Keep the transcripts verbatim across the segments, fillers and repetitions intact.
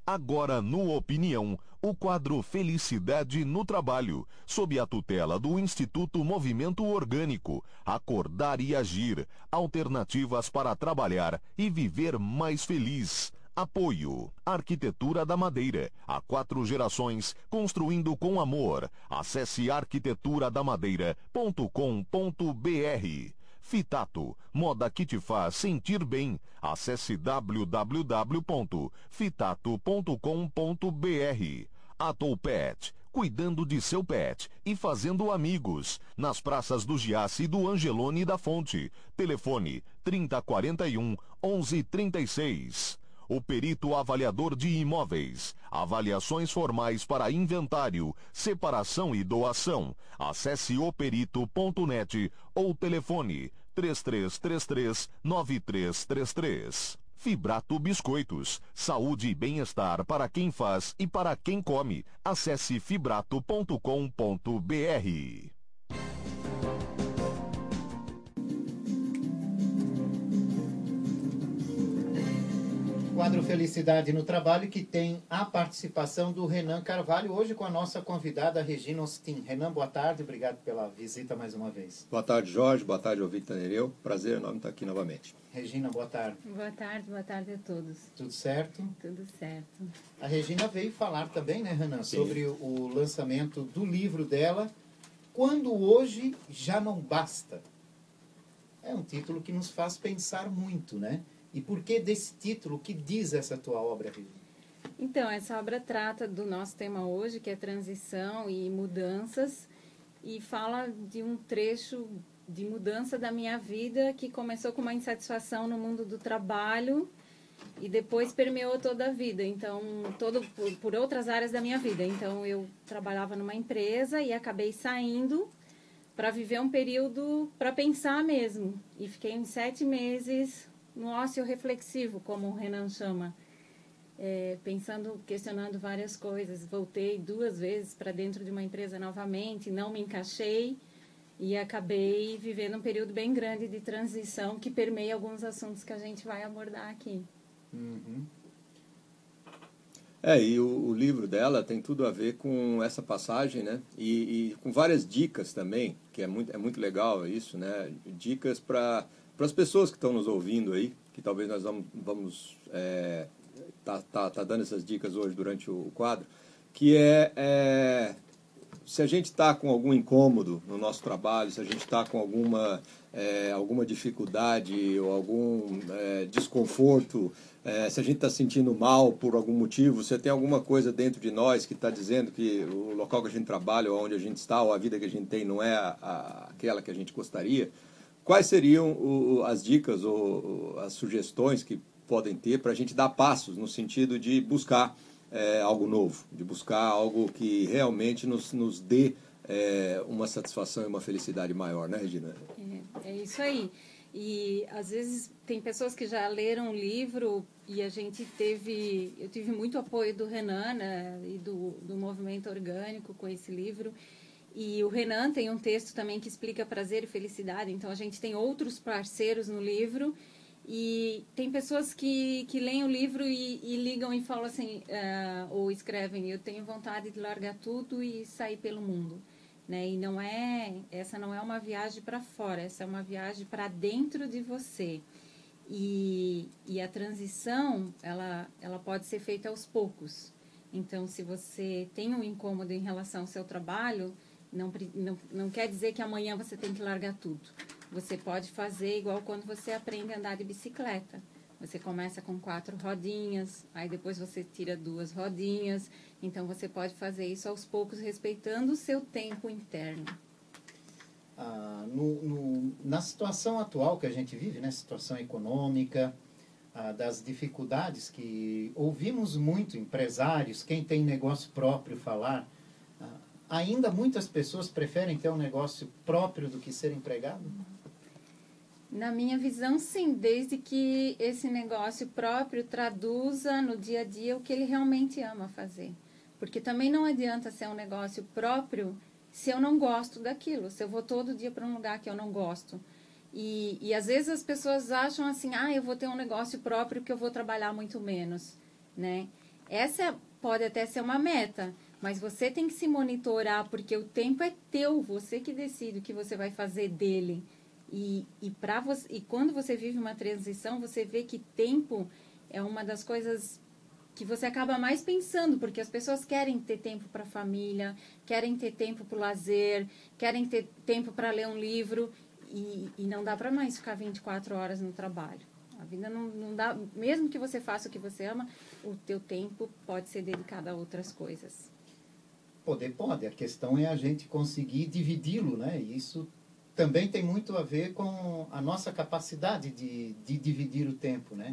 Agora no Opinião, o quadro Felicidade no Trabalho, sob a tutela do Instituto Movimento Orgânico. Acordar e agir. Alternativas para trabalhar e viver mais feliz. Apoio. Arquitetura da Madeira. Há quatro gerações, construindo com amor. Acesse arquitetura da madeira ponto com ponto br. Fitato, moda que te faz sentir bem. Acesse w w w ponto fitato ponto com ponto br. Atopet, cuidando de seu pet e fazendo amigos. Nas praças do Giasse e do Angelone da Fonte. Telefone trinta quarenta e um, onze trinta e seis. O perito avaliador de imóveis. Avaliações formais para inventário, separação e doação. Acesse o perito ponto net ou telefone três três três três, nove três três três. Fibrato Biscoitos. Saúde e bem-estar para quem faz e para quem come. Acesse fibrato ponto com ponto br. Quadro Felicidade no Trabalho, que tem a participação do Renan Carvalho, hoje com a nossa convidada Regina Ostin. Renan, boa tarde, obrigado pela visita mais uma vez. Boa tarde, Jorge, boa tarde, ouvinte Nereu. Prazer enorme estar aqui novamente. Regina, boa tarde. Boa tarde, boa tarde a todos. Tudo certo? Tudo certo. A Regina veio falar também, né, Renan, Sim. sobre o lançamento do livro dela, Quando Hoje Já Não Basta. É um título que nos faz pensar muito, né? E por que desse título? O que diz essa tua obra, Regina? Então, essa obra trata do nosso tema hoje, que é transição e mudanças, e fala de um trecho de mudança da minha vida que começou com uma insatisfação no mundo do trabalho e depois permeou toda a vida, então, todo, por, por outras áreas da minha vida. Então, eu trabalhava numa empresa e acabei saindo para viver um período para pensar mesmo. E fiquei uns sete meses no ócio reflexivo, como o Renan chama, é, pensando, questionando várias coisas. Voltei duas vezes para dentro de uma empresa novamente, não me encaixei e acabei vivendo um período bem grande de transição que permeia alguns assuntos que a gente vai abordar aqui. Uhum. É, e o, o livro dela tem tudo a ver com essa passagem, né? E, e com várias dicas também, que é muito, é muito legal isso, né? Dicas para para as pessoas que estão nos ouvindo aí, que talvez nós vamos, vamos é, tá, tá, tá dando essas dicas hoje durante o quadro, que é, é se a gente está com algum incômodo no nosso trabalho, se a gente está com alguma, é, alguma dificuldade ou algum é, desconforto, é, se a gente está sentindo mal por algum motivo, se tem alguma coisa dentro de nós que está dizendo que o local que a gente trabalha, ou onde a gente está, ou a vida que a gente tem não é a, a, aquela que a gente gostaria, quais seriam o, as dicas ou as sugestões que podem ter para a gente dar passos no sentido de buscar é, algo novo, de buscar algo que realmente nos, nos dê é, uma satisfação e uma felicidade maior, né, Regina? É, é isso aí. E às vezes tem pessoas que já leram o livro e a gente teve, eu tive muito apoio do Renan, né, e do, do Movimento Orgânico com esse livro. E o Renan tem um texto também que explica prazer e felicidade, então a gente tem outros parceiros no livro e tem pessoas que, que leem o livro e, e ligam e falam assim, uh, ou escrevem, eu tenho vontade de largar tudo e sair pelo mundo, né? E não é, essa não é uma viagem para fora, essa é uma viagem para dentro de você. E, e a transição, ela, ela pode ser feita aos poucos. Então, se você tem um incômodo em relação ao seu trabalho, Não, não, não quer dizer que amanhã você tem que largar tudo. Você pode fazer igual quando você aprende a andar de bicicleta. Você começa com quatro rodinhas, aí depois você tira duas rodinhas. Então, você pode fazer isso aos poucos, respeitando o seu tempo interno. Ah, no, no, na situação atual que a gente vive, né, situação econômica, ah, das dificuldades que ouvimos muito empresários, quem tem negócio próprio falar, ah, ainda muitas pessoas preferem ter um negócio próprio do que ser empregado? Na minha visão, sim, desde que esse negócio próprio traduza no dia a dia o que ele realmente ama fazer. Porque também não adianta ser um negócio próprio se eu não gosto daquilo, se eu vou todo dia para um lugar que eu não gosto. E, e às vezes as pessoas acham assim, ah, eu vou ter um negócio próprio que eu vou trabalhar muito menos, né? Essa pode até ser uma meta, mas você tem que se monitorar, porque o tempo é teu, você que decide o que você vai fazer dele. E, e, pra você, e quando você vive uma transição, você vê que tempo é uma das coisas que você acaba mais pensando, porque as pessoas querem ter tempo para a família, querem ter tempo para o lazer, querem ter tempo para ler um livro, e, e não dá para mais ficar vinte e quatro horas no trabalho. A vida não, não dá, mesmo que você faça o que você ama, o teu tempo pode ser dedicado a outras coisas. Poder pode, a questão é a gente conseguir dividi-lo, né? E isso também tem muito a ver com a nossa capacidade de, de dividir o tempo, né?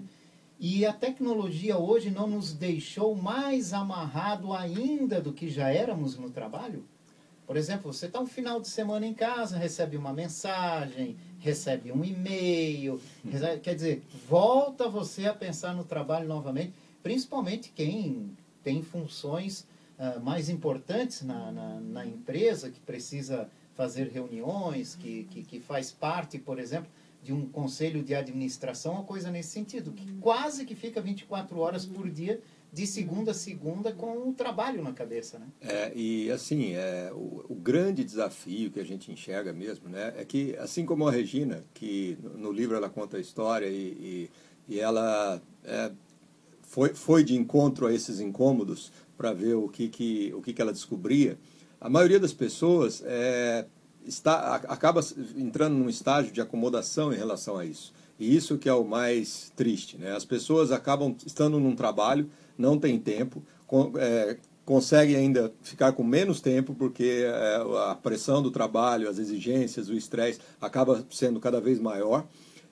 E a tecnologia hoje não nos deixou mais amarrado ainda do que já éramos no trabalho? Por exemplo, você está um final de semana em casa, recebe uma mensagem, recebe um e-mail, recebe, quer dizer, volta você a pensar no trabalho novamente, principalmente quem tem funções uh, mais importantes na, na, na empresa, que precisa fazer reuniões, que, que, que faz parte, por exemplo, de um conselho de administração, ou coisa nesse sentido, que quase que fica vinte e quatro horas por dia, de segunda a segunda, com o trabalho na cabeça, né? É, e assim, é, o, o grande desafio que a gente enxerga mesmo, né, é que, assim como a Regina, que no, no livro ela conta a história e, e, e ela é, foi, foi de encontro a esses incômodos para ver o que, que, o que, que ela descobria, a maioria das pessoas é, está, acaba entrando num estágio de acomodação em relação a isso. E isso que é o mais triste, né? As pessoas acabam estando num trabalho, não tem tempo, com, é, conseguem ainda ficar com menos tempo porque é, a pressão do trabalho, as exigências, o estresse acaba sendo cada vez maior.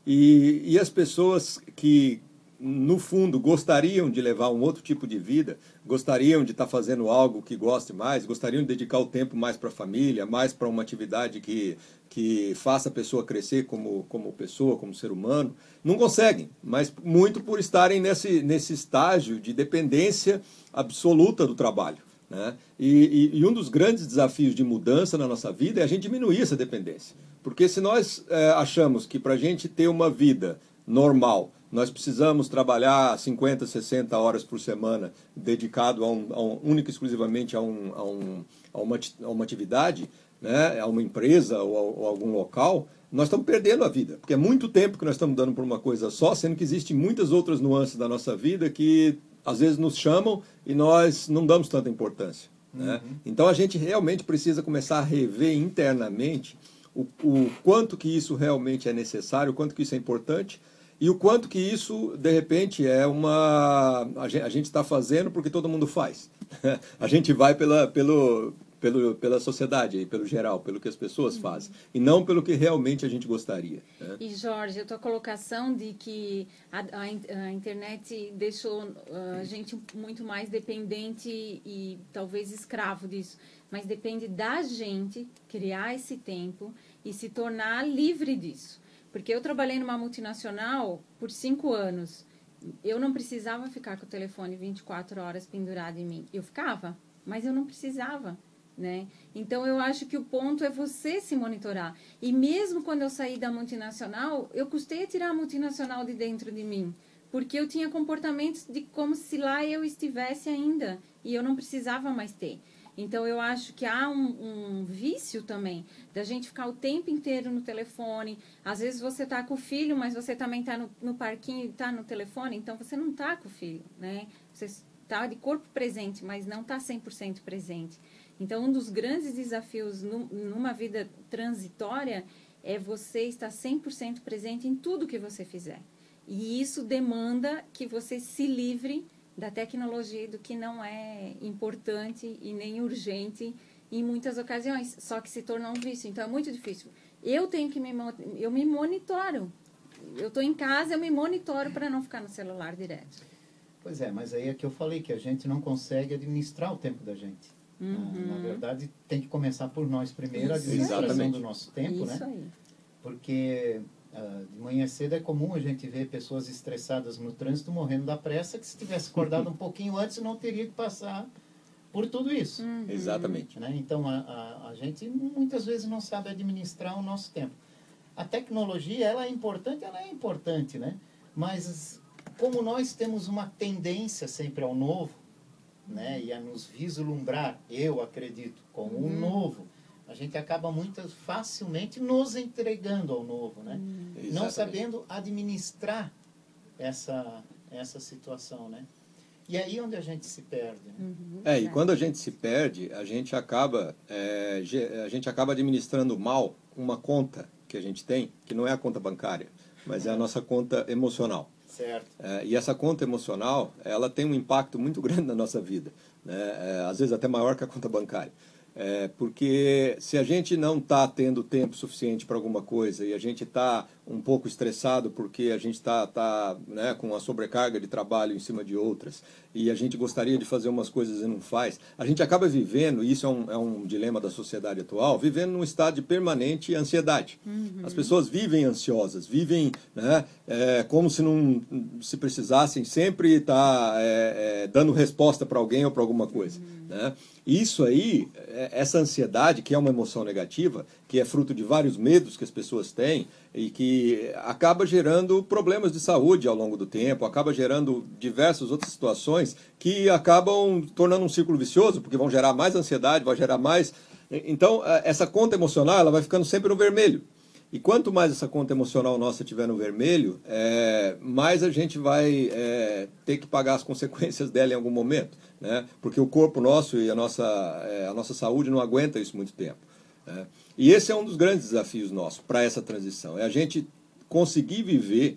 E, e as pessoas que, no fundo, gostariam de levar um outro tipo de vida, gostariam de estar fazendo algo que goste mais, gostariam de dedicar o tempo mais para a família, mais para uma atividade que, que faça a pessoa crescer como, como pessoa, como ser humano, não conseguem, mas muito por estarem nesse, nesse estágio de dependência absoluta do trabalho, né? E, e, e um dos grandes desafios de mudança na nossa vida é a gente diminuir essa dependência. Porque se nós é, achamos que para a gente ter uma vida normal, nós precisamos trabalhar cinquenta, sessenta horas por semana dedicado a um, a um, única e exclusivamente a, um, a, um, a, uma, a uma atividade, né, a uma empresa ou a, ou a algum local, nós estamos perdendo a vida. Porque é muito tempo que nós estamos dando por uma coisa só, sendo que existem muitas outras nuances da nossa vida que às vezes nos chamam e nós não damos tanta importância. Uhum. Né? Então a gente realmente precisa começar a rever internamente o, o quanto que isso realmente é necessário, o quanto que isso é importante, e o quanto que isso, de repente, é uma... A gente está fazendo porque todo mundo faz. A gente vai pela, pelo, pelo, pela sociedade, pelo geral, pelo que as pessoas uhum. fazem. E não pelo que realmente a gente gostaria. Né? E, Jorge, a tua colocação de que a, a, a internet deixou a gente muito mais dependente e talvez escravo disso. Mas depende da gente criar esse tempo e se tornar livre disso. Porque eu trabalhei numa multinacional por cinco anos. Eu não precisava ficar com o telefone vinte e quatro horas pendurado em mim. Eu ficava, mas eu não precisava, né? Então, eu acho que o ponto é você se monitorar. E mesmo quando eu saí da multinacional, eu custei a tirar a multinacional de dentro de mim. Porque eu tinha comportamentos de como se lá eu estivesse ainda. E eu não precisava mais ter. Então, eu acho que há um, um vício também da gente ficar o tempo inteiro no telefone. Às vezes você está com o filho, mas você também está no, no parquinho e está no telefone, então você não está com o filho, né? Você está de corpo presente, mas não está cem por cento presente. Então, um dos grandes desafios no, numa vida transitória é você estar cem por cento presente em tudo que você fizer. E isso demanda que você se livre da tecnologia, do que não é importante e nem urgente em muitas ocasiões, só que se torna um vício. Então, é muito difícil. Eu tenho que me... Eu me monitoro. Eu estou em casa, eu me monitoro para não ficar no celular direto. Pois é, mas aí é que eu falei, que a gente não consegue administrar o tempo da gente. Uhum. Na, na verdade, tem que começar por nós primeiro, a administração Exatamente. do nosso tempo, Isso né? Aí. Porque... Uh, de manhã cedo é comum a gente ver pessoas estressadas no trânsito morrendo da pressa, que se tivesse acordado um pouquinho antes não teria que passar por tudo isso. Uhum. Exatamente. Né? Então a, a, a gente muitas vezes não sabe administrar o nosso tempo. A tecnologia, ela é importante, ela é importante, né? Mas como nós temos uma tendência sempre ao novo, né, e a nos vislumbrar, eu acredito, como um novo, a gente acaba muito facilmente nos entregando ao novo, né? Hum. Não sabendo administrar essa, essa situação, né? E aí onde a gente se perde, né? Uhum. É, e quando a gente se perde, a gente acaba, é, a gente acaba administrando mal uma conta que a gente tem, que não é a conta bancária, mas é a nossa conta emocional. Certo. É, e essa conta emocional, ela tem um impacto muito grande na nossa vida, né? É, às vezes até maior que a conta bancária. É, porque se a gente não está tendo tempo suficiente para alguma coisa e a gente está um pouco estressado porque a gente está tá, né, com a sobrecarga de trabalho em cima de outras e a gente gostaria de fazer umas coisas e não faz, a gente acaba vivendo, e isso é um, é um dilema da sociedade atual, vivendo num estado de permanente ansiedade. Uhum. As pessoas vivem ansiosas, vivem, né, é, como se não se precisassem sempre estar tá, é, é, dando resposta para alguém ou para alguma coisa. Uhum. Né? Isso aí, essa ansiedade, que é uma emoção negativa, que é fruto de vários medos que as pessoas têm e que acaba gerando problemas de saúde ao longo do tempo, acaba gerando diversas outras situações que acabam tornando um círculo vicioso, porque vão gerar mais ansiedade, vai gerar mais... Então, essa conta emocional ela vai ficando sempre no vermelho. E quanto mais essa conta emocional nossa estiver no vermelho, é, mais a gente vai é, ter que pagar as consequências dela em algum momento, né? Porque o corpo nosso e a nossa, é, a nossa saúde não aguenta isso muito tempo. Né? E esse é um dos grandes desafios nossos para essa transição, é a gente conseguir viver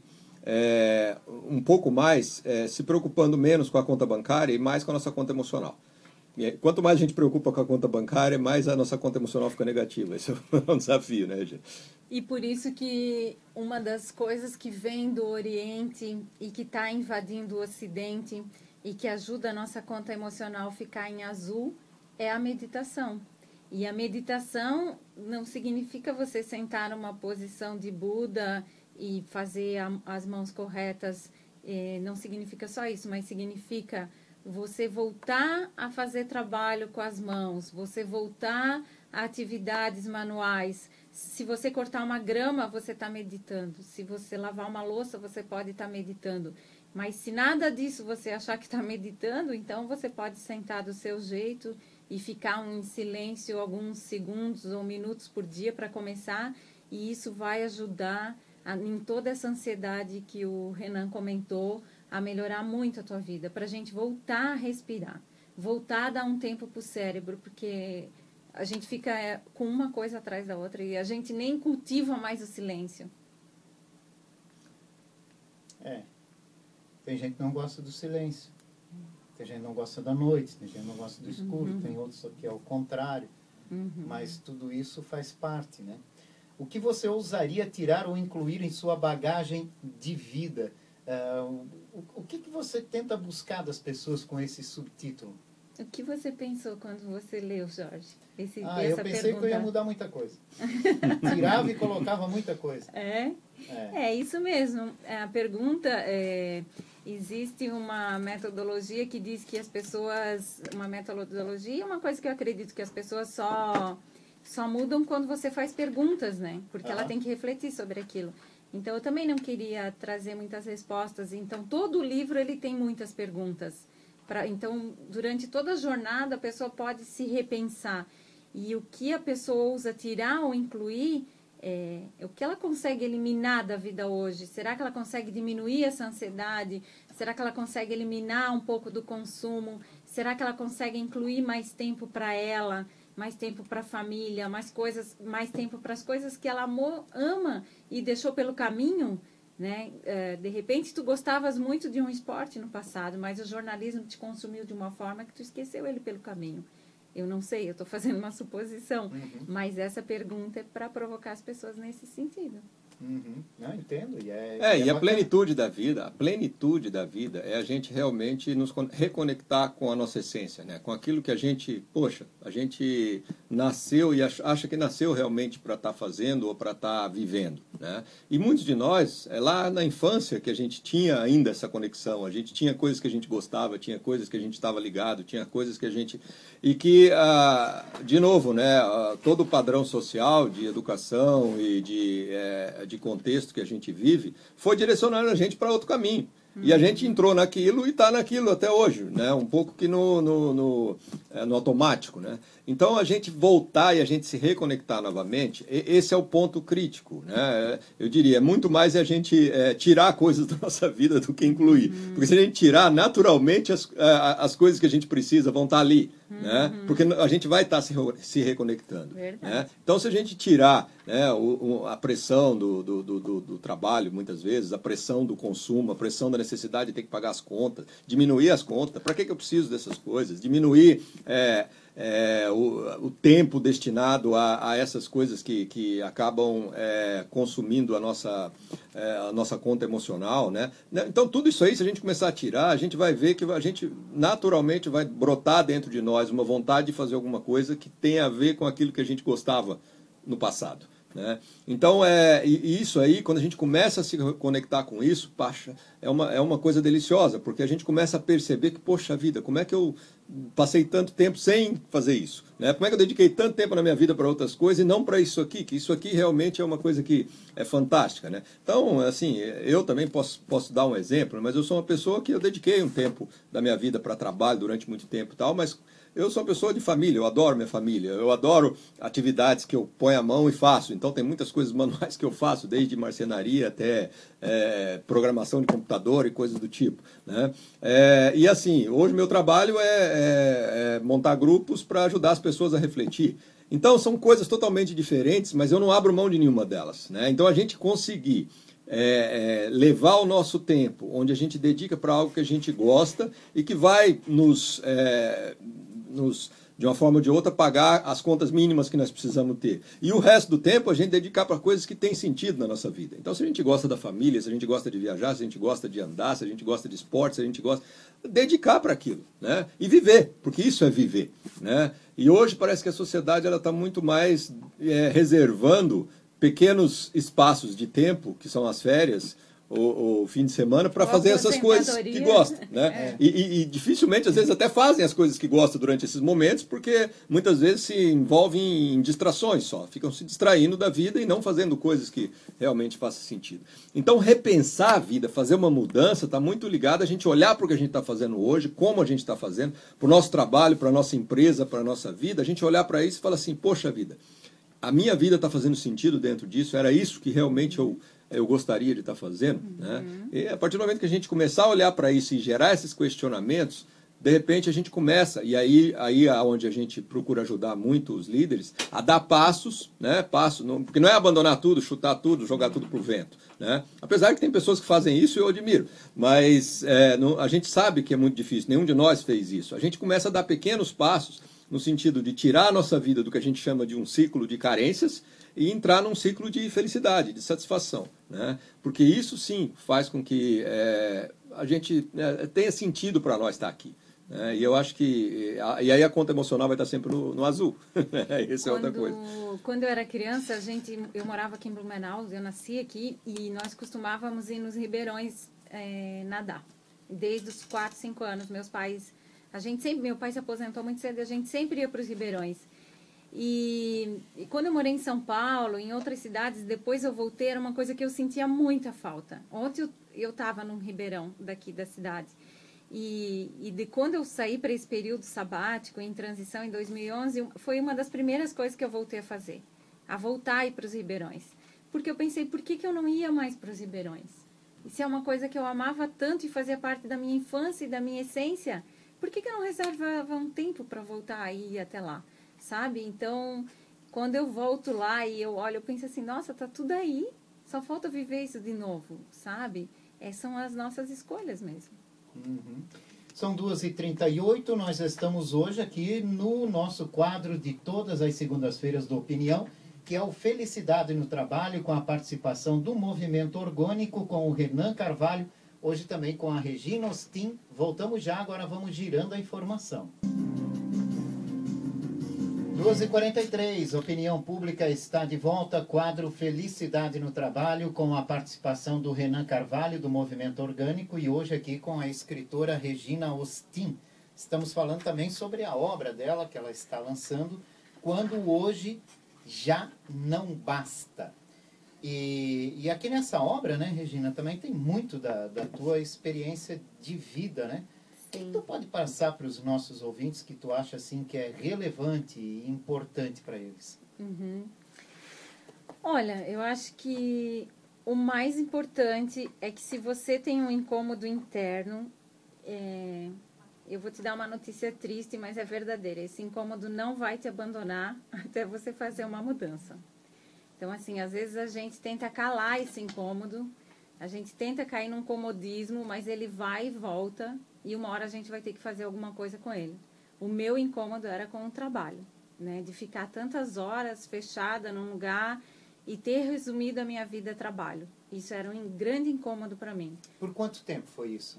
é, um pouco mais, é, se preocupando menos com a conta bancária e mais com a nossa conta emocional. E quanto mais a gente preocupa com a conta bancária, mais a nossa conta emocional fica negativa. Esse é um desafio, né, gente? E por isso que uma das coisas que vem do Oriente e que está invadindo o Ocidente e que ajuda a nossa conta emocional a ficar em azul é a meditação. E a meditação não significa você sentar numa posição de Buda e fazer a, as mãos corretas. Eh, não significa só isso, mas significa você voltar a fazer trabalho com as mãos, você voltar a atividades manuais. Se você cortar uma grama, você está meditando. Se você lavar uma louça, você pode estar tá meditando. Mas se nada disso você achar que está meditando, então você pode sentar do seu jeito e ficar um, em silêncio alguns segundos ou minutos por dia para começar. E isso vai ajudar a, em toda essa ansiedade que o Renan comentou, a melhorar muito a tua vida, para a gente voltar a respirar, voltar a dar um tempo para o cérebro, porque a gente fica é, com uma coisa atrás da outra e a gente nem cultiva mais o silêncio. É. Tem gente que não gosta do silêncio, tem gente que não gosta da noite, tem gente que não gosta do escuro, uhum. Tem outros que é o contrário, uhum. Mas tudo isso faz parte, né? O que você ousaria tirar ou incluir em sua bagagem de vida? Uh, o, o que, que você tenta buscar das pessoas com esse subtítulo? O que você pensou quando você leu, Jorge? Esse, ah, essa eu pensei pergunta... que eu ia mudar muita coisa. Tirava e colocava muita coisa. É? É, é isso mesmo. A pergunta é... Existe uma metodologia que diz que as pessoas... Uma metodologia é uma coisa que eu acredito que as pessoas só, só mudam quando você faz perguntas, né? Porque ah. ela tem que refletir sobre aquilo. Então, eu também não queria trazer muitas respostas. Então, todo o livro ele tem muitas perguntas. Pra, então, durante toda a jornada, a pessoa pode se repensar. E o que a pessoa ousa tirar ou incluir, é, o que ela consegue eliminar da vida hoje? Será que ela consegue diminuir essa ansiedade? Será que ela consegue eliminar um pouco do consumo? Será que ela consegue incluir mais tempo para ela? Mais tempo para a família, mais coisas, mais tempo para as coisas que ela amou, ama e deixou pelo caminho, né? É, de repente tu gostavas muito de um esporte no passado, mas o jornalismo te consumiu de uma forma que tu esqueceu ele pelo caminho. Eu não sei, eu estou fazendo uma suposição, uhum. Mas essa pergunta é para provocar as pessoas nesse sentido. Uhum. Não, entendo. E, é, é, e, é e a plenitude da vida, a plenitude da vida é a gente realmente nos reconectar com a nossa essência, né? Com aquilo que a gente, poxa, a gente nasceu e acha que nasceu realmente para estar tá fazendo ou para estar tá vivendo, né? E muitos de nós, é lá na infância que a gente tinha ainda essa conexão, a gente tinha coisas que a gente gostava, tinha coisas que a gente estava ligado, tinha coisas que a gente... E que, ah, de novo, né, ah, todo o padrão social de educação e de... É, de contexto que a gente vive, foi direcionando a gente para outro caminho. E a gente entrou naquilo e está naquilo até hoje, né? Um pouco que no, no, no, é, no automático, né? Então, a gente voltar e a gente se reconectar novamente, esse é o ponto crítico, né? Eu diria, é muito mais a gente é, tirar coisas da nossa vida do que incluir. Uhum. Porque se a gente tirar, naturalmente, as, as coisas que a gente precisa vão estar ali, uhum. né? Porque a gente vai estar se, se reconectando. Né? Então, se a gente tirar, né, o, o, a pressão do, do, do, do trabalho, muitas vezes, a pressão do consumo, a pressão da necessidade de ter que pagar as contas, diminuir as contas, para que, que eu preciso dessas coisas? Diminuir é, é, o, o tempo destinado a, a essas coisas que, que acabam é, consumindo a nossa, é, a nossa conta emocional. Né? Então, tudo isso aí, se a gente começar a tirar, a gente vai ver que a gente naturalmente vai brotar dentro de nós uma vontade de fazer alguma coisa que tenha a ver com aquilo que a gente gostava no passado. Né? Então, é, e isso aí, quando a gente começa a se conectar com isso, paxa, é uma, é uma coisa deliciosa, porque a gente começa a perceber que, poxa vida, como é que eu passei tanto tempo sem fazer isso? Né? Como é que eu dediquei tanto tempo na minha vida para outras coisas e não para isso aqui? Que isso aqui realmente é uma coisa que é fantástica. Né? Então, assim, eu também posso, posso dar um exemplo, mas eu sou uma pessoa que eu dediquei um tempo da minha vida para trabalho durante muito tempo e tal, mas eu sou uma pessoa de família, eu adoro minha família, eu adoro atividades que eu ponho a mão e faço. Então tem muitas coisas manuais que eu faço, desde marcenaria até é, programação de computador e coisas do tipo. Né? É, e assim, hoje meu trabalho é, é, é montar grupos para ajudar as pessoas a refletir. Então são coisas totalmente diferentes, mas eu não abro mão de nenhuma delas. Né? Então a gente conseguir É, é, levar o nosso tempo, onde a gente dedica para algo que a gente gosta e que vai nos, é, nos, de uma forma ou de outra, pagar as contas mínimas que nós precisamos ter. E o resto do tempo a gente dedicar para coisas que têm sentido na nossa vida. Então, se a gente gosta da família, se a gente gosta de viajar, se a gente gosta de andar, se a gente gosta de esporte, se a gente gosta... dedicar para aquilo, né? E viver, porque isso é viver. Né? E hoje parece que a sociedade está muito mais é, reservando pequenos espaços de tempo, que são as férias, o, o fim de semana, para fazer essas coisas que gostam. Né? É. E, e, e dificilmente, às vezes, até fazem as coisas que gostam durante esses momentos, porque muitas vezes se envolvem em distrações só, ficam se distraindo da vida e não fazendo coisas que realmente façam sentido. Então, repensar a vida, fazer uma mudança, está muito ligado a gente olhar para o que a gente está fazendo hoje, como a gente está fazendo, para o nosso trabalho, para a nossa empresa, para a nossa vida, a gente olhar para isso e falar assim, poxa vida, a minha vida está fazendo sentido dentro disso, era isso que realmente eu, eu gostaria de estar fazendo. Uhum. Né? E a partir do momento que a gente começar a olhar para isso e gerar esses questionamentos, de repente a gente começa, e aí, aí é onde a gente procura ajudar muito os líderes, a dar passos, né? Passos, não, porque não é abandonar tudo, chutar tudo, jogar tudo para o vento. Né? Apesar que tem pessoas que fazem isso e eu admiro, mas é, não, a gente sabe que é muito difícil, nenhum de nós fez isso. A gente começa a dar pequenos passos, no sentido de tirar a nossa vida do que a gente chama de um ciclo de carências e entrar num ciclo de felicidade, de satisfação. Né? Porque isso sim faz com que é, a gente é, tenha sentido para nós estar aqui. Né? E eu acho que... E aí a conta emocional vai estar sempre no, no azul. Essa é outra coisa. Quando eu era criança, a gente, eu morava aqui em Blumenau, eu nasci aqui, e nós costumávamos ir nos ribeirões é, nadar. Desde os quatro, cinco anos, meus pais... A gente sempre, meu pai se aposentou muito cedo e a gente sempre ia para os ribeirões. E, e quando eu morei em São Paulo, em outras cidades, depois eu voltei, era uma coisa que eu sentia muita falta. Ontem eu estava num ribeirão daqui da cidade. E, e de quando eu saí para esse período sabático, em transição, em dois mil e onze, foi uma das primeiras coisas que eu voltei a fazer. A voltar a ir para os ribeirões. Porque eu pensei, por que, que eu não ia mais para os ribeirões? Isso é uma coisa que eu amava tanto e fazia parte da minha infância e da minha essência. Por que, que eu não reservava um tempo para voltar aí até lá, sabe? Então, quando eu volto lá e eu olho, eu penso assim, nossa, tá tudo aí, só falta viver isso de novo, sabe? Essas são as nossas escolhas mesmo. Uhum. São duas e trinta e oito, nós estamos hoje aqui no nosso quadro de todas as segundas-feiras do Opinião, que é o Felicidade no Trabalho, com a participação do Movimento Orgânico, com o Renan Carvalho, hoje também com a Regina Ostin. Voltamos já, agora vamos girando a informação. duas e quarenta e três, Opinião Pública está de volta, quadro Felicidade no Trabalho, com a participação do Renan Carvalho, do Movimento Orgânico, e hoje aqui com a escritora Regina Ostin. Estamos falando também sobre a obra dela, que ela está lançando, Quando Hoje Já Não Basta. E, e aqui nessa obra, né, Regina, também tem muito da, da tua experiência de vida, né? O que tu pode passar para os nossos ouvintes que tu acha assim que é relevante e importante para eles? Uhum. Olha, eu acho que o mais importante é que se você tem um incômodo interno, é, eu vou te dar uma notícia triste, mas é verdadeira. Esse incômodo não vai te abandonar até você fazer uma mudança. Então, assim, às vezes a gente tenta calar esse incômodo, a gente tenta cair num comodismo, mas ele vai e volta, e uma hora a gente vai ter que fazer alguma coisa com ele. O meu incômodo era com o trabalho, né? De ficar tantas horas fechada num lugar e ter resumido a minha vida a trabalho. Isso era um grande incômodo para mim. Por quanto tempo foi isso?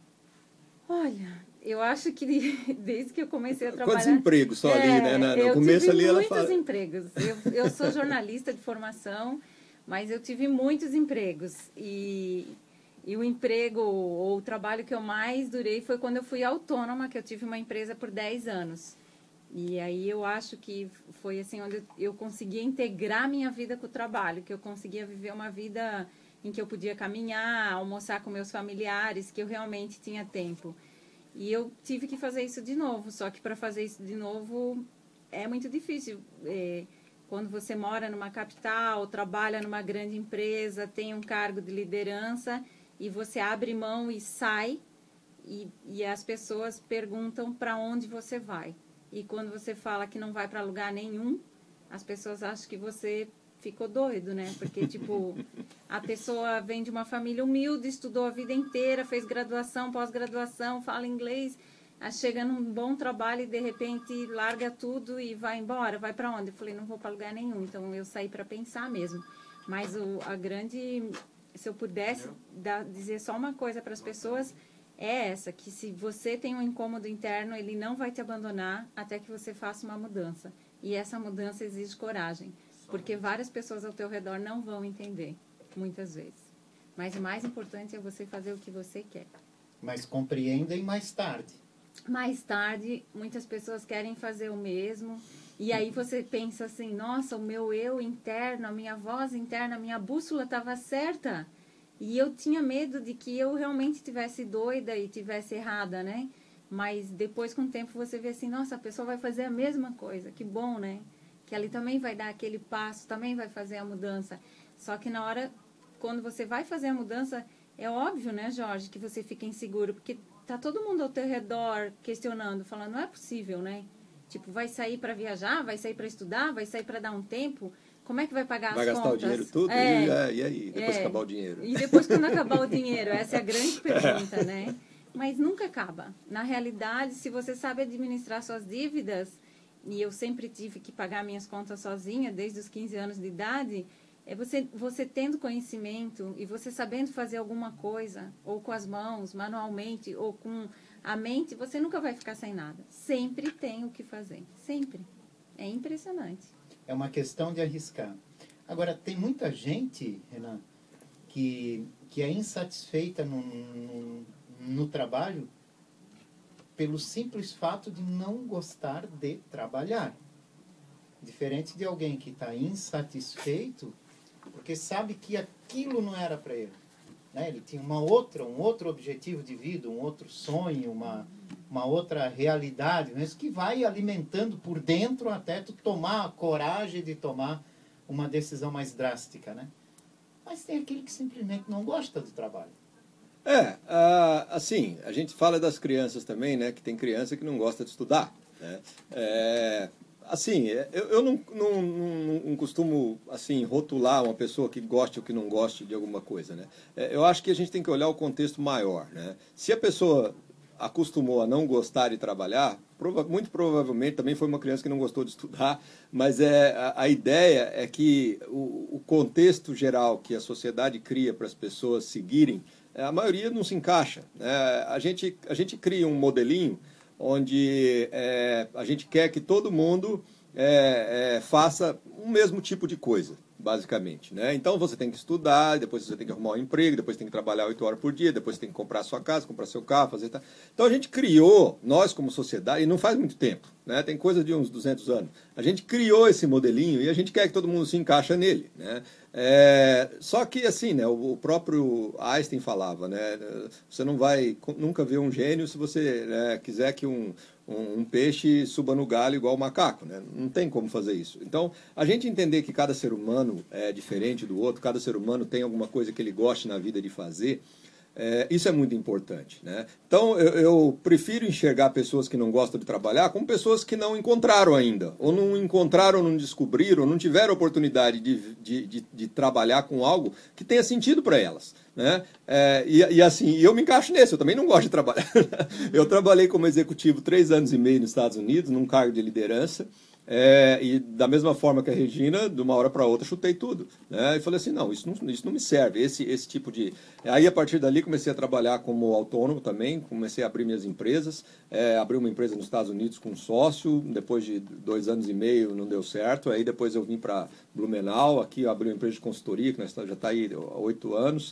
Olha, eu acho que desde que eu comecei a trabalhar... Quantos empregos só é, ali, né? Na, no eu começo tive ali ela muitos fala... empregos. Eu, eu sou jornalista de formação, mas eu tive muitos empregos. E, e o emprego, ou o trabalho que eu mais durei foi quando eu fui autônoma, que eu tive uma empresa por dez anos. E aí eu acho que foi assim onde eu conseguia integrar minha vida com o trabalho, que eu conseguia viver uma vida em que eu podia caminhar, almoçar com meus familiares, que eu realmente tinha tempo. E eu tive que fazer isso de novo, só que para fazer isso de novo é muito difícil. É, quando você mora numa capital, trabalha numa grande empresa, tem um cargo de liderança e você abre mão e sai e, e as pessoas perguntam para onde você vai. E quando você fala que não vai para lugar nenhum, as pessoas acham que você ficou doido, né? Porque, tipo, a pessoa vem de uma família humilde, estudou a vida inteira, fez graduação, pós-graduação, fala inglês, chega num bom trabalho e, de repente, larga tudo e vai embora. Vai para onde? Eu falei, não vou para lugar nenhum. Então, eu saí para pensar mesmo. Mas o, a grande... Se eu pudesse dar, dizer só uma coisa para as pessoas, é essa, que se você tem um incômodo interno, ele não vai te abandonar até que você faça uma mudança. E essa mudança exige coragem. Porque várias pessoas ao teu redor não vão entender, muitas vezes. Mas o mais importante é você fazer o que você quer. Mas compreendem mais tarde. Mais tarde, muitas pessoas querem fazer o mesmo. E aí você pensa assim, nossa, o meu eu interno, a minha voz interna, a minha bússola estava certa. E eu tinha medo de que eu realmente estivesse doida e estivesse errada, né? Mas depois, com o tempo, você vê assim, nossa, a pessoa vai fazer a mesma coisa. Que bom, né? Que ali também vai dar aquele passo, também vai fazer a mudança. Só que na hora, quando você vai fazer a mudança, é óbvio, né, Jorge, que você fica inseguro, porque tá todo mundo ao teu redor questionando, falando, não é possível, né? Tipo, vai sair para viajar, vai sair para estudar, vai sair para dar um tempo, como é que vai pagar vai as contas? Vai gastar o dinheiro tudo? É, e, e aí, depois é, acabar o dinheiro? E depois quando acabar o dinheiro? Essa é a grande pergunta, né? Mas nunca acaba. Na realidade, se você sabe administrar suas dívidas, e eu sempre tive que pagar minhas contas sozinha, desde os quinze anos de idade, é você, você tendo conhecimento e você sabendo fazer alguma coisa, ou com as mãos, manualmente, ou com a mente, você nunca vai ficar sem nada. Sempre tem o que fazer. Sempre. É impressionante. É uma questão de arriscar. Agora, tem muita gente, Renan, que, que é insatisfeita no, no, no trabalho pelo simples fato de não gostar de trabalhar. Diferente de alguém que está insatisfeito porque sabe que aquilo não era para ele. Né? Ele tinha uma outra, um outro objetivo de vida, um outro sonho, uma, uma outra realidade, mas que vai alimentando por dentro até tu tomar a coragem de tomar uma decisão mais drástica. Né? Mas tem aquele que simplesmente não gosta do trabalho. É, uh, assim, a gente fala das crianças também, né? Que tem criança que não gosta de estudar. Né? É, assim, eu, eu não, não, não, não costumo assim, rotular uma pessoa que goste ou que não goste de alguma coisa. Né? É, eu acho que a gente tem que olhar o contexto maior. Né? Se a pessoa acostumou a não gostar de trabalhar, prova muito provavelmente também foi uma criança que não gostou de estudar, mas é, a, a ideia é que o, o contexto geral que a sociedade cria para as pessoas seguirem, a maioria não se encaixa. Né? A gente, a gente cria um modelinho onde é, a gente quer que todo mundo é, é, faça o mesmo tipo de coisa. basicamente, né? Então você tem que estudar, depois você tem que arrumar um emprego, depois tem que trabalhar oito horas por dia, depois tem que comprar sua casa, comprar seu carro, fazer tal. Então a gente criou, nós como sociedade, e não faz muito tempo, né? Tem coisa de uns duzentos anos, a gente criou esse modelinho e a gente quer que todo mundo se encaixe nele, né? É, só que assim, né, o próprio Einstein falava, né, você não vai nunca ver um gênio se você, né, quiser que um, um, um peixe suba no galho igual o macaco, né? Não tem como fazer isso. Então, a gente entender que cada ser humano é diferente do outro, cada ser humano tem alguma coisa que ele goste na vida de fazer, É, isso é muito importante, né? Então, eu, eu prefiro enxergar pessoas que não gostam de trabalhar como pessoas que não encontraram ainda, ou não encontraram, não descobriram, ou não tiveram oportunidade de, de, de, de trabalhar com algo que tenha sentido para elas, né? É, e, e assim, eu me encaixo nesse, eu também não gosto de trabalhar. Eu trabalhei como executivo três anos e meio nos Estados Unidos, num cargo de liderança, É, e da mesma forma que a Regina, de uma hora para outra, chutei tudo, né? E falei assim, não isso, não, isso não me serve, esse, esse tipo de... Aí, a partir dali, comecei a trabalhar como autônomo também, comecei a abrir minhas empresas, é, abri uma empresa nos Estados Unidos com um sócio, depois de dois anos e meio não deu certo, aí depois eu vim para Blumenau, aqui eu abri uma empresa de consultoria, que nós já está aí há oito anos,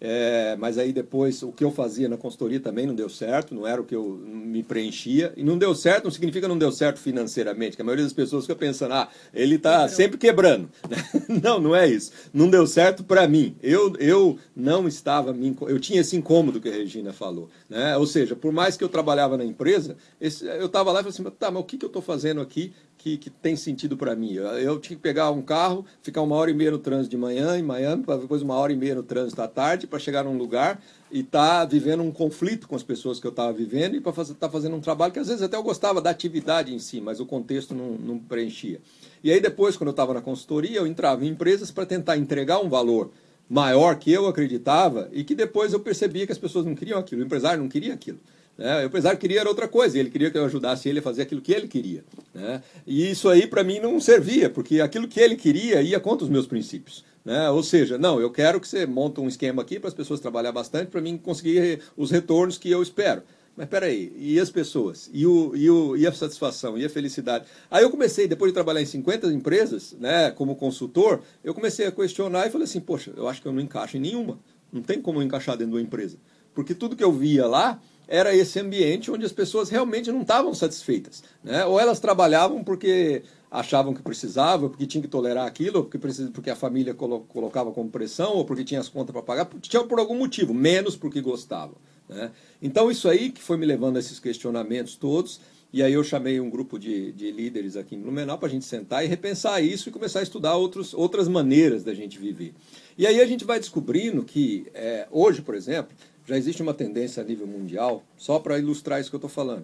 É, mas aí depois o que eu fazia na consultoria também não deu certo, não era o que eu me preenchia, e não deu certo não significa não deu certo financeiramente, que a maioria das pessoas fica pensando, ah, ele está sempre quebrando. Não, não é isso, não deu certo para mim, eu, eu não estava, eu tinha esse incômodo que a Regina falou, né? Ou seja, por mais que eu trabalhava na empresa, esse, eu estava lá e falei assim, tá, mas o que, que eu estou fazendo aqui Que, que tem sentido para mim? Eu, eu tinha que pegar um carro, ficar uma hora e meia no trânsito de manhã em Miami, depois uma hora e meia no trânsito à tarde para chegar num lugar e estar tá vivendo um conflito com as pessoas que eu estava vivendo e para estar tá fazendo um trabalho que às vezes até eu gostava da atividade em si, mas o contexto não, não preenchia. E aí depois, quando eu estava na consultoria, eu entrava em empresas para tentar entregar um valor maior que eu acreditava e que depois eu percebia que as pessoas não queriam aquilo, o empresário não queria aquilo. Né? O empresário queria era outra coisa, ele queria que eu ajudasse ele a fazer aquilo que ele queria. Né? E isso aí para mim não servia, porque aquilo que ele queria ia contra os meus princípios. Né? Ou seja, não, eu quero que você monte um esquema aqui para as pessoas trabalhar bastante, para mim conseguir os retornos que eu espero. Mas peraí, e as pessoas? E, o, e, o, e a satisfação? E a felicidade? Aí eu comecei, depois de trabalhar em cinquenta empresas, né, como consultor, eu comecei a questionar e falei assim, poxa, eu acho que eu não encaixo em nenhuma. Não tem como eu encaixar dentro de uma empresa. Porque tudo que eu via lá era esse ambiente onde as pessoas realmente não estavam satisfeitas. Né? Ou elas trabalhavam porque achavam que precisavam, porque tinham que tolerar aquilo, ou porque, precis... porque a família colo... colocava como pressão, ou porque tinha as contas para pagar, tinha por algum motivo, menos porque gostavam. Né? Então isso aí que foi me levando a esses questionamentos todos, e aí eu chamei um grupo de, de líderes aqui em Blumenau para a gente sentar e repensar isso e começar a estudar outros, outras maneiras da gente viver. E aí a gente vai descobrindo que é, hoje, por exemplo, já existe uma tendência a nível mundial, só para ilustrar isso que eu estou falando.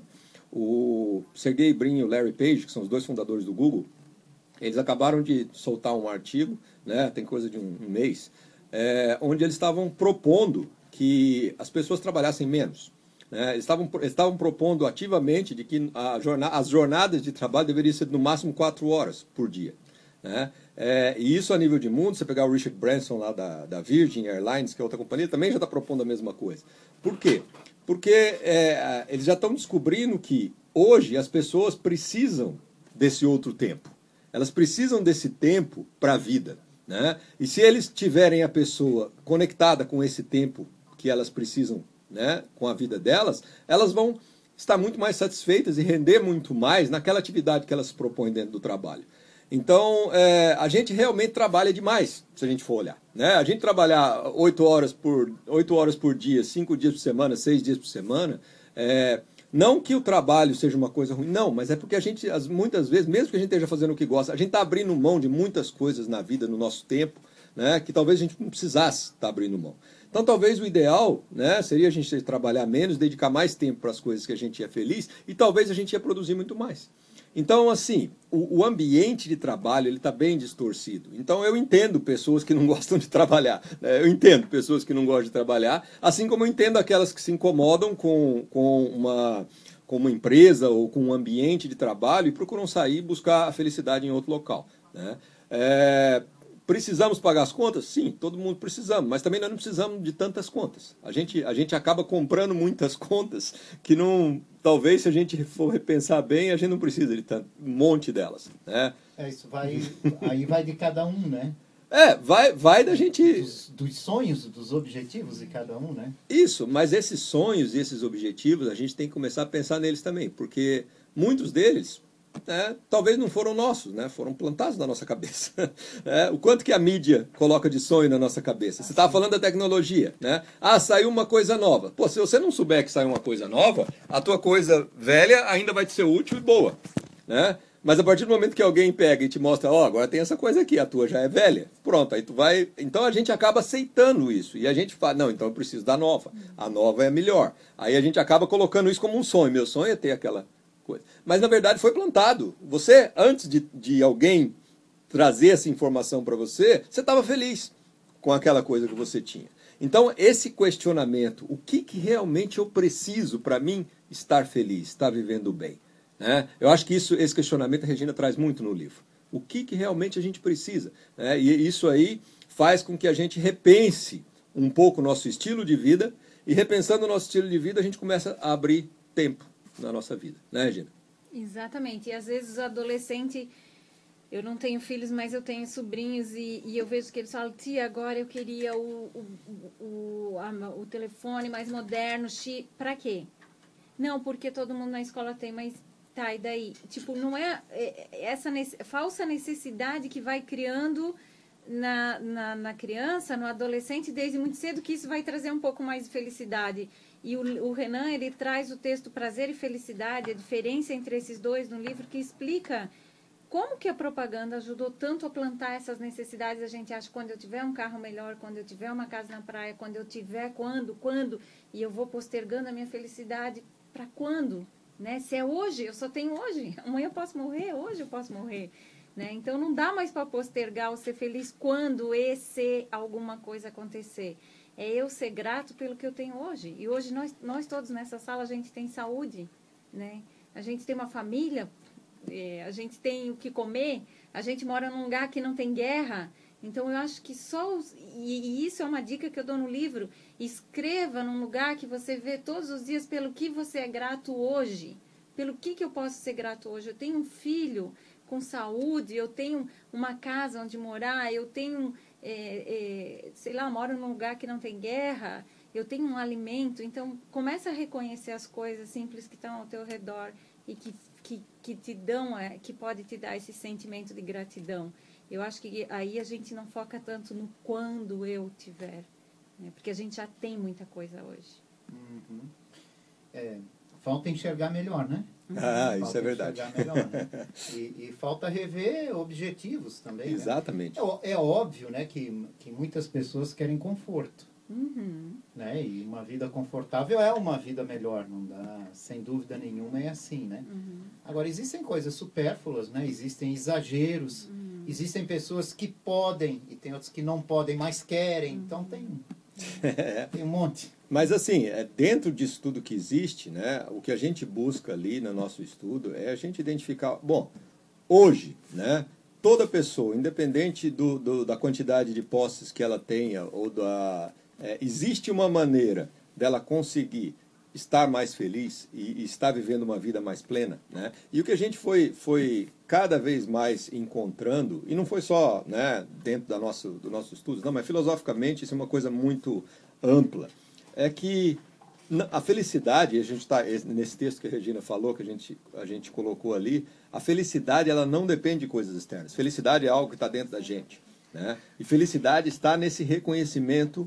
O Sergey Brin e o Larry Page, que são os dois fundadores do Google, eles acabaram de soltar um artigo, né, tem coisa de um, um mês, é, onde eles estavam propondo que as pessoas trabalhassem menos. Né? Eles, estavam, eles estavam propondo ativamente de que a jornada, as jornadas de trabalho deveriam ser no máximo quatro horas por dia. Né? É, e isso a nível de mundo, você pegar o Richard Branson lá da, da Virgin Airlines, que é outra companhia, também já está propondo a mesma coisa. Por quê? Porque é, eles já estão descobrindo que hoje as pessoas precisam desse outro tempo. Elas precisam desse tempo para a vida. Né? E se eles tiverem a pessoa conectada com esse tempo que elas precisam, né, com a vida delas, elas vão estar muito mais satisfeitas e render muito mais naquela atividade que elas se propõem dentro do trabalho. Então, é, a gente realmente trabalha demais, se a gente for olhar. Né? A gente trabalhar oito horas por, oito horas por dia, cinco dias por semana, seis dias por semana, é, não que o trabalho seja uma coisa ruim, não, mas é porque a gente, as, muitas vezes, mesmo que a gente esteja fazendo o que gosta, a gente está abrindo mão de muitas coisas na vida, no nosso tempo, né, que talvez a gente não precisasse estar tá abrindo mão. Então, talvez o ideal, né, seria a gente trabalhar menos, dedicar mais tempo para as coisas que a gente é feliz, e talvez a gente ia produzir muito mais. Então, assim, o, o ambiente de trabalho ele está bem distorcido. Então, eu entendo pessoas que não gostam de trabalhar. Né? Eu entendo pessoas que não gostam de trabalhar, assim como eu entendo aquelas que se incomodam com, com, uma, com uma empresa ou com um ambiente de trabalho e procuram sair e buscar a felicidade em outro local. Né? É... Precisamos pagar as contas? Sim, todo mundo precisamos, mas também nós não precisamos de tantas contas. A gente, a gente acaba comprando muitas contas que não, talvez se a gente for repensar bem, a gente não precisa de tanto, um monte delas. Né? É, isso vai, aí vai de cada um, né? É, vai, vai da gente... Dos, dos sonhos, dos objetivos de cada um, né? Isso, mas esses sonhos e esses objetivos, a gente tem que começar a pensar neles também, porque muitos deles, né, talvez não foram nossos, né, foram plantados na nossa cabeça. É, o quanto que a mídia coloca de sonho na nossa cabeça? Você estava falando da tecnologia, né? Ah, saiu uma coisa nova. Pô, se você não souber que saiu uma coisa nova, a tua coisa velha ainda vai te ser útil e boa, né? Mas a partir do momento que alguém pega e te mostra, ó, oh, agora tem essa coisa aqui, a tua já é velha. Pronto, aí tu vai... Então a gente acaba aceitando isso. E a gente fala, não, então eu preciso da nova. A nova é melhor. Aí a gente acaba colocando isso como um sonho. Meu sonho é ter aquela coisa. Mas na verdade foi plantado. Você, antes de, de alguém trazer essa informação para você, você estava feliz com aquela coisa que você tinha. Então esse questionamento, o que, que realmente eu preciso para mim estar feliz, estar vivendo bem? É, eu acho que isso, esse questionamento a Regina traz muito no livro. O que, que realmente a gente precisa? É, e isso aí faz com que a gente repense um pouco o nosso estilo de vida, e repensando o nosso estilo de vida, a gente começa a abrir tempo na nossa vida. Né, Regina? Exatamente. E às vezes o adolescente... Eu não tenho filhos, mas eu tenho sobrinhos, e, e eu vejo que eles falam, tia, agora eu queria o, o, o, a, o telefone mais moderno. Para quê? Não, porque todo mundo na escola tem, mas... Tá, e daí? Tipo, não é essa nesse, falsa necessidade que vai criando na, na, na criança, no adolescente, desde muito cedo, que isso vai trazer um pouco mais de felicidade. E o, o Renan, ele traz o texto Prazer e Felicidade, a diferença entre esses dois no livro, que explica como que a propaganda ajudou tanto a plantar essas necessidades. A gente acha, quando eu tiver um carro melhor, quando eu tiver uma casa na praia, quando eu tiver, quando, quando, e eu vou postergando a minha felicidade para quando? Né? Se é hoje, eu só tenho hoje. Amanhã eu posso morrer, hoje eu posso morrer. Né? Então não dá mais para postergar o ser feliz quando e se alguma coisa acontecer. É eu ser grato pelo que eu tenho hoje. E hoje nós, nós todos nessa sala, a gente tem saúde. Né? A gente tem uma família, é, a gente tem o que comer, a gente mora num lugar que não tem guerra. Então, eu acho que só... Os, e, e isso é uma dica que eu dou no livro. Escreva num lugar que você vê todos os dias pelo que você é grato hoje. Pelo que, que eu posso ser grato hoje? Eu tenho um filho com saúde, eu tenho uma casa onde morar, eu tenho, é, é, sei lá, moro num lugar que não tem guerra, eu tenho um alimento. Então, começa a reconhecer as coisas simples que estão ao teu redor e que, que, que te dão, é, que pode te dar esse sentimento de gratidão. Eu acho que aí a gente não foca tanto no quando eu tiver, né? Porque a gente já tem muita coisa hoje. Uhum. É, falta enxergar melhor, né? Ah, falta isso é verdade. Melhor, né? e, e falta rever objetivos também. Exatamente. Né? É, é óbvio, né, que, que muitas pessoas querem conforto. Uhum. Né? E uma vida confortável é uma vida melhor, não dá, sem dúvida nenhuma, é assim, né? Uhum. Agora, existem coisas supérfluas, né? Existem exageros, uhum. Existem pessoas que podem e tem outras que não podem, mas querem, uhum. Então tem, tem um monte. Mas assim, dentro disso tudo que existe, né, o que a gente busca ali no nosso estudo é a gente identificar, bom, hoje, né, toda pessoa, independente do, do, da quantidade de posses que ela tenha, ou da, é, existe uma maneira dela conseguir estar mais feliz e, e estar vivendo uma vida mais plena, né? E o que a gente foi, foi cada vez mais encontrando, e não foi só, né, dentro da nosso, do nosso estudo, não, mas filosoficamente isso é uma coisa muito ampla, é que a felicidade, a gente está nesse texto que a Regina falou, que a gente, a gente colocou ali, a felicidade ela não depende de coisas externas. Felicidade é algo que está dentro da gente, né? E felicidade está nesse reconhecimento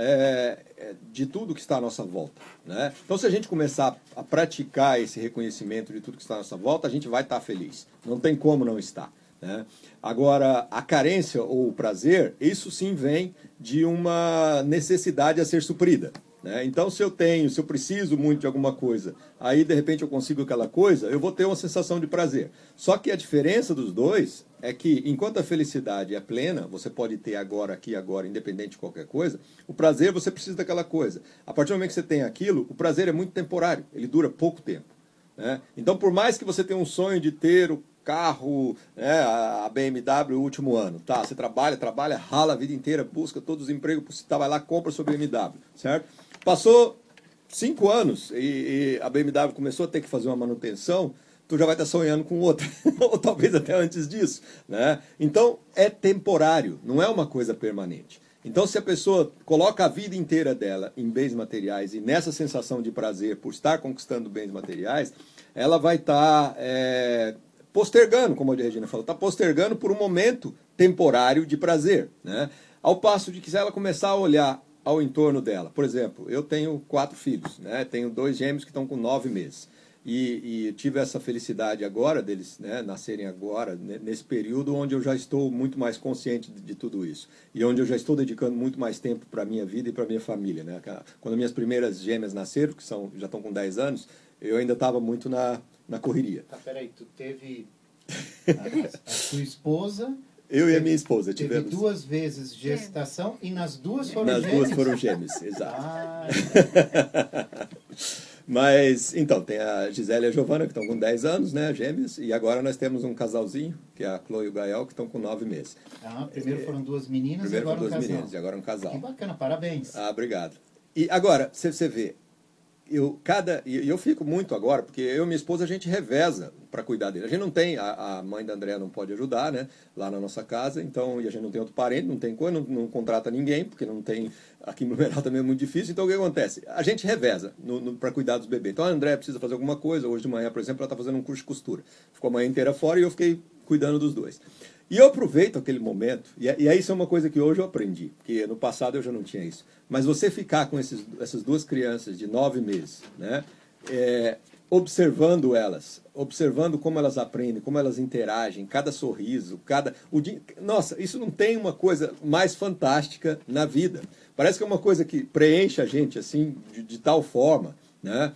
é, de tudo que está à nossa volta, né? Então, se a gente começar a praticar esse reconhecimento de tudo que está à nossa volta, a gente vai estar feliz. Não tem como não estar, né? Agora, a carência ou o prazer, isso sim vem de uma necessidade a ser suprida. Então, se eu tenho, se eu preciso muito de alguma coisa, aí de repente eu consigo aquela coisa, eu vou ter uma sensação de prazer. Só que a diferença dos dois é que, enquanto a felicidade é plena, você pode ter agora, aqui, agora, independente de qualquer coisa, o prazer você precisa daquela coisa. A partir do momento que você tem aquilo, o prazer é muito temporário, ele dura pouco tempo, né? Então, por mais que você tenha um sonho de ter o carro, né, a B M W o último ano, tá? Você trabalha, trabalha, rala a vida inteira, busca todos os empregos possíveis, vai lá, compra sua B M W, certo? Passou cinco anos e, e a B M W começou a ter que fazer uma manutenção, tu já vai estar sonhando com outra, ou talvez até antes disso, né? Então, é temporário, não é uma coisa permanente. Então, se a pessoa coloca a vida inteira dela em bens materiais e nessa sensação de prazer por estar conquistando bens materiais, ela vai estar é, postergando, como a Regina falou, está postergando por um momento temporário de prazer, né? Ao passo de que se ela começar a olhar ao entorno dela, por exemplo, eu tenho quatro filhos, né? Tenho dois gêmeos que estão com nove meses. E, e tive essa felicidade agora deles, né, nascerem agora, nesse período onde eu já estou muito mais consciente de, de tudo isso. E onde eu já estou dedicando muito mais tempo para a minha vida e para a minha família. Né? Quando minhas primeiras gêmeas nasceram, que são, já estão com dez anos, eu ainda estava muito na, na correria. Tá, peraí, tu teve a, a sua esposa... Eu teve, e a minha esposa teve tivemos... duas vezes gestação e nas duas foram nas gêmeos? Nas duas foram gêmeos, exato. Ah, Mas, então, tem a Gisele e a Giovana, que estão com dez anos, né, gêmeos, e agora nós temos um casalzinho, que é a Chloe e o Gael, que estão com nove meses. Ah, primeiro foram duas meninas primeiro e agora foram um duas casal. meninas, e agora um casal. Que bacana, parabéns. Ah, obrigado. E agora, você, você vê, eu, cada, e eu fico muito agora, porque eu e minha esposa, a gente reveza para cuidar dele. A gente não tem, a, a mãe da Andréa não pode ajudar, né, lá na nossa casa, então, e a gente não tem outro parente, não tem coisa, não, não contrata ninguém, porque não tem, aqui no Blumenau também é muito difícil, então o que acontece? A gente reveza para cuidar dos bebês. Então a Andréa precisa fazer alguma coisa, hoje de manhã, por exemplo, ela está fazendo um curso de costura. Ficou a manhã inteira fora e eu fiquei cuidando dos dois. E eu aproveito aquele momento, e, e isso é uma coisa que hoje eu aprendi, porque no passado eu já não tinha isso. Mas você ficar com esses, essas duas crianças de nove meses, né, é, observando elas, observando como elas aprendem, como elas interagem, cada sorriso, cada... O dia, nossa, isso não tem uma coisa mais fantástica na vida. Parece que é uma coisa que preenche a gente assim, de, de tal forma, né?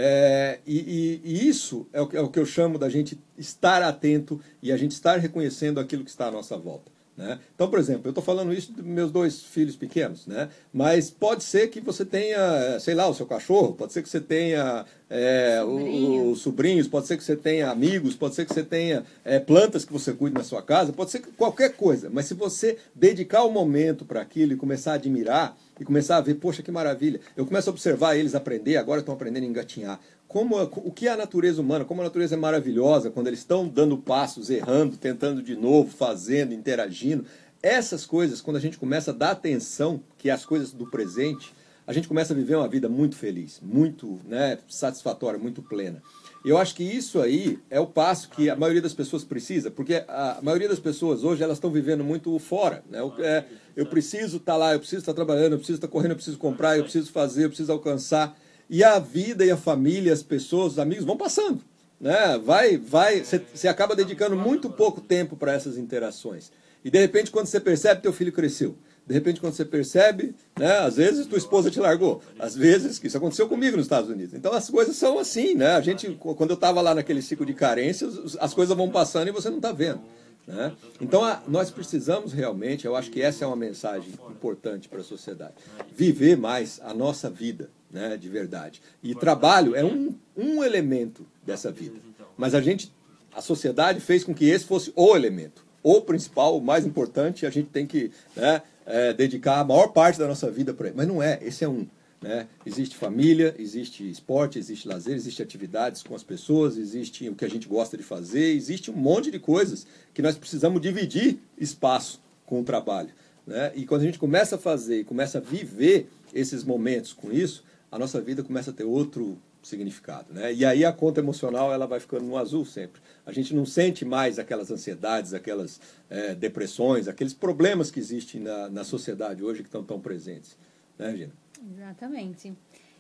É, e, e, e isso é o, é o que eu chamo da gente estar atento e a gente estar reconhecendo aquilo que está à nossa volta. Né? Então, por exemplo, eu estou falando isso dos meus dois filhos pequenos, né? Mas pode ser que você tenha, sei lá, o seu cachorro, pode ser que você tenha é, Sobrinho. os sobrinhos, pode ser que você tenha amigos, pode ser que você tenha é, plantas que você cuide na sua casa, pode ser qualquer coisa. Mas se você dedicar o momento para aquilo e começar a admirar e começar a ver, poxa, que maravilha, eu começo a observar eles aprender, agora estão aprendendo a engatinhar. Como, o que é a natureza humana, como a natureza é maravilhosa, quando eles estão dando passos, errando, tentando de novo, fazendo, interagindo. Essas coisas, quando a gente começa a dar atenção, que é as coisas do presente, a gente começa a viver uma vida muito feliz, muito, né, satisfatória, muito plena. E eu acho que isso aí é o passo que a maioria das pessoas precisa, porque a maioria das pessoas hoje elas estão vivendo muito fora. Né? Eu, é, eu preciso estar lá, eu preciso estar trabalhando, eu preciso estar correndo, eu preciso comprar, eu preciso fazer, eu preciso alcançar. E a vida e a família, as pessoas, os amigos vão passando. Né? Vai, vai, você acaba dedicando muito pouco tempo para essas interações. E de repente, quando você percebe, teu filho cresceu. De repente, quando você percebe, né, às vezes tua esposa te largou. Às vezes, isso aconteceu comigo nos Estados Unidos. Então as coisas são assim, né? A gente, quando eu estava lá naquele ciclo de carências, as coisas vão passando e você não está vendo. Né? Então a, nós precisamos realmente, eu acho que essa é uma mensagem importante para a sociedade, viver mais a nossa vida, né, de verdade. E trabalho é um, um elemento dessa vida. Mas a gente, a sociedade fez com que esse fosse o elemento, o principal, o mais importante, a gente tem que, né, é, dedicar a maior parte da nossa vida para ele. Mas não é, esse é um. Né? Existe família, existe esporte, existe lazer, existe atividades com as pessoas, existe o que a gente gosta de fazer, existe um monte de coisas que nós precisamos dividir espaço com o trabalho. Né? E quando a gente começa a fazer e começa a viver esses momentos com isso, a nossa vida começa a ter outro significado. Né? E aí a conta emocional ela vai ficando no azul sempre. A gente não sente mais aquelas ansiedades, aquelas é, depressões, aqueles problemas que existem na, na sociedade hoje que estão tão presentes. Né, Regina? Exatamente.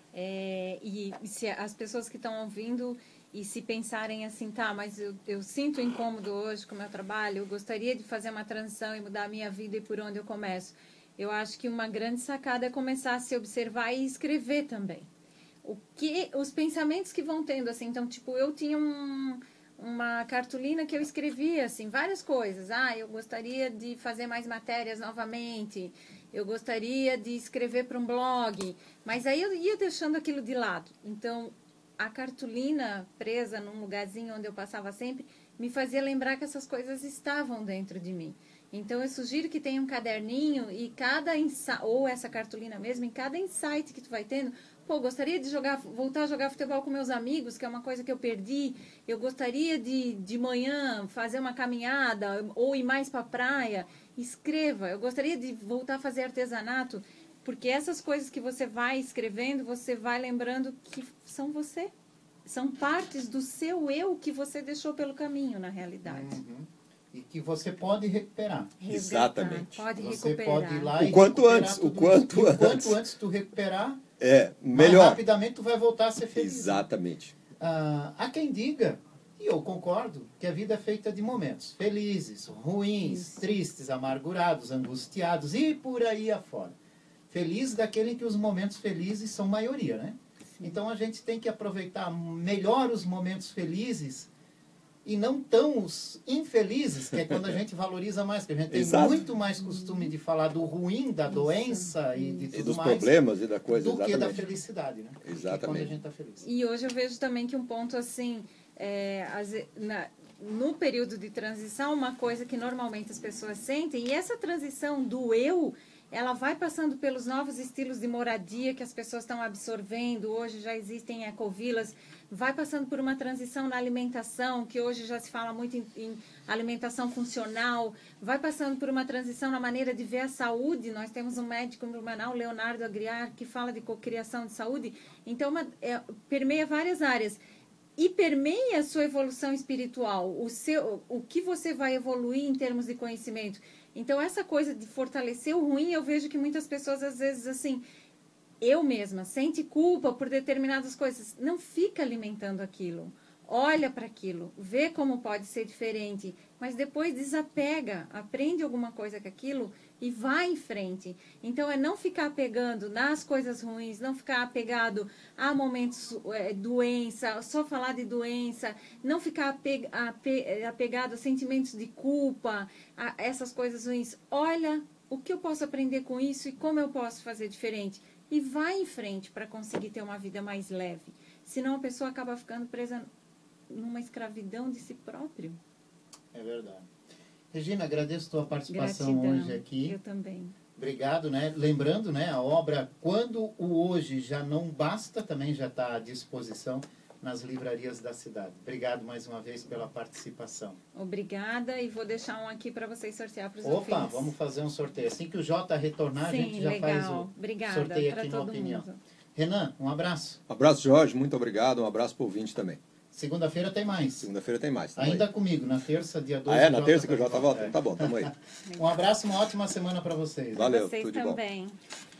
É, e, e se as pessoas que estão ouvindo e se pensarem assim, tá, mas eu, eu sinto incômodo hoje com o meu trabalho, eu gostaria de fazer uma transição e mudar a minha vida e por onde eu começo. Eu acho que uma grande sacada é começar a se observar e escrever também. O que, os pensamentos que vão tendo, assim, então, tipo, eu tinha um, uma cartolina que eu escrevia, assim, várias coisas. Ah, eu gostaria de fazer mais matérias novamente, eu gostaria de escrever para um blog, mas aí eu ia deixando aquilo de lado. Então, a cartolina presa num lugarzinho onde eu passava sempre, me fazia lembrar que essas coisas estavam dentro de mim. Então, eu sugiro que tenha um caderninho e cada insight, ou essa cartolina mesmo, em cada insight que tu vai tendo, Pô, gostaria de jogar, voltar a jogar futebol com meus amigos, que é uma coisa que eu perdi. Eu gostaria de, de manhã fazer uma caminhada ou ir mais para a praia. Escreva. Eu gostaria de voltar a fazer artesanato, porque essas coisas que você vai escrevendo, você vai lembrando que são você. São partes do seu eu que você deixou pelo caminho, na realidade. Uhum. E que você pode recuperar. Resgatar, Exatamente. Pode Você recuperar. pode ir lá O e quanto recuperar antes, o tudo quanto isso. E o antes. quanto antes tu recuperar, É, mais melhor. rapidamente tu vai voltar a ser feliz. Exatamente. Ah, há quem diga, e eu concordo, que a vida é feita de momentos felizes, ruins, Isso. tristes, amargurados, angustiados e por aí afora. Feliz daquele em que os momentos felizes são maioria, né? Sim. Então a gente tem que aproveitar melhor os momentos felizes e não tão os infelizes, que é quando a gente valoriza mais, porque a gente tem Exato. muito mais costume de falar do ruim, da doença e de E tudo dos mais, problemas e da coisa, do que da exatamente. felicidade, né? Porque Exatamente. quando a gente está feliz. E hoje eu vejo também que um ponto assim, é, as- na- no período de transição, uma coisa que normalmente as pessoas sentem, e essa transição do eu, ela vai passando pelos novos estilos de moradia que as pessoas estão absorvendo. Hoje já existem ecovilas, vai passando por uma transição na alimentação, que hoje já se fala muito em, em alimentação funcional, vai passando por uma transição na maneira de ver a saúde. Nós temos um médico no Blumenau, Leonardo Agriar, que fala de cocriação de saúde. Então, uma, é, permeia várias áreas. E permeia a sua evolução espiritual, o, seu, o que você vai evoluir em termos de conhecimento. Então, essa coisa de fortalecer o ruim, eu vejo que muitas pessoas, às vezes, assim, eu mesma, sente culpa por determinadas coisas. Não fica alimentando aquilo. Olha para aquilo, vê como pode ser diferente, mas depois desapega, aprende alguma coisa com aquilo e vai em frente. Então, é não ficar apegando nas coisas ruins, não ficar apegado a momentos, é, doença, só falar de doença, não ficar ape, ape, apegado a sentimentos de culpa, a essas coisas ruins. Olha o que eu posso aprender com isso e como eu posso fazer diferente. E vai em frente para conseguir ter uma vida mais leve. Senão a pessoa acaba ficando presa numa escravidão de si próprio. É verdade. Regina, agradeço a tua participação Gratidão. hoje aqui. Eu também. Obrigado, né? Lembrando, né, a obra Quando o Hoje Já Não Basta também já está à disposição nas livrarias da cidade. Obrigado mais uma vez pela participação. Obrigada, e vou deixar um aqui para vocês sortear para os Opa, ouvintes. vamos fazer um sorteio. Assim que o Jota retornar, Sim, a gente já legal. faz o Obrigada sorteio para aqui no todo Opinião. mundo. Renan, um abraço. Um abraço, Jorge. Muito obrigado. Um abraço para o ouvinte também. Segunda-feira tem mais. Segunda-feira tem mais. Tamo Ainda aí. comigo, na terça, dia dois. Ah, é? o Na Jota terça que o tá de Jota volta. volta? É. Tá bom, tamo aí. Um abraço, uma ótima semana para vocês. Valeu, Vocês tudo de bom. também.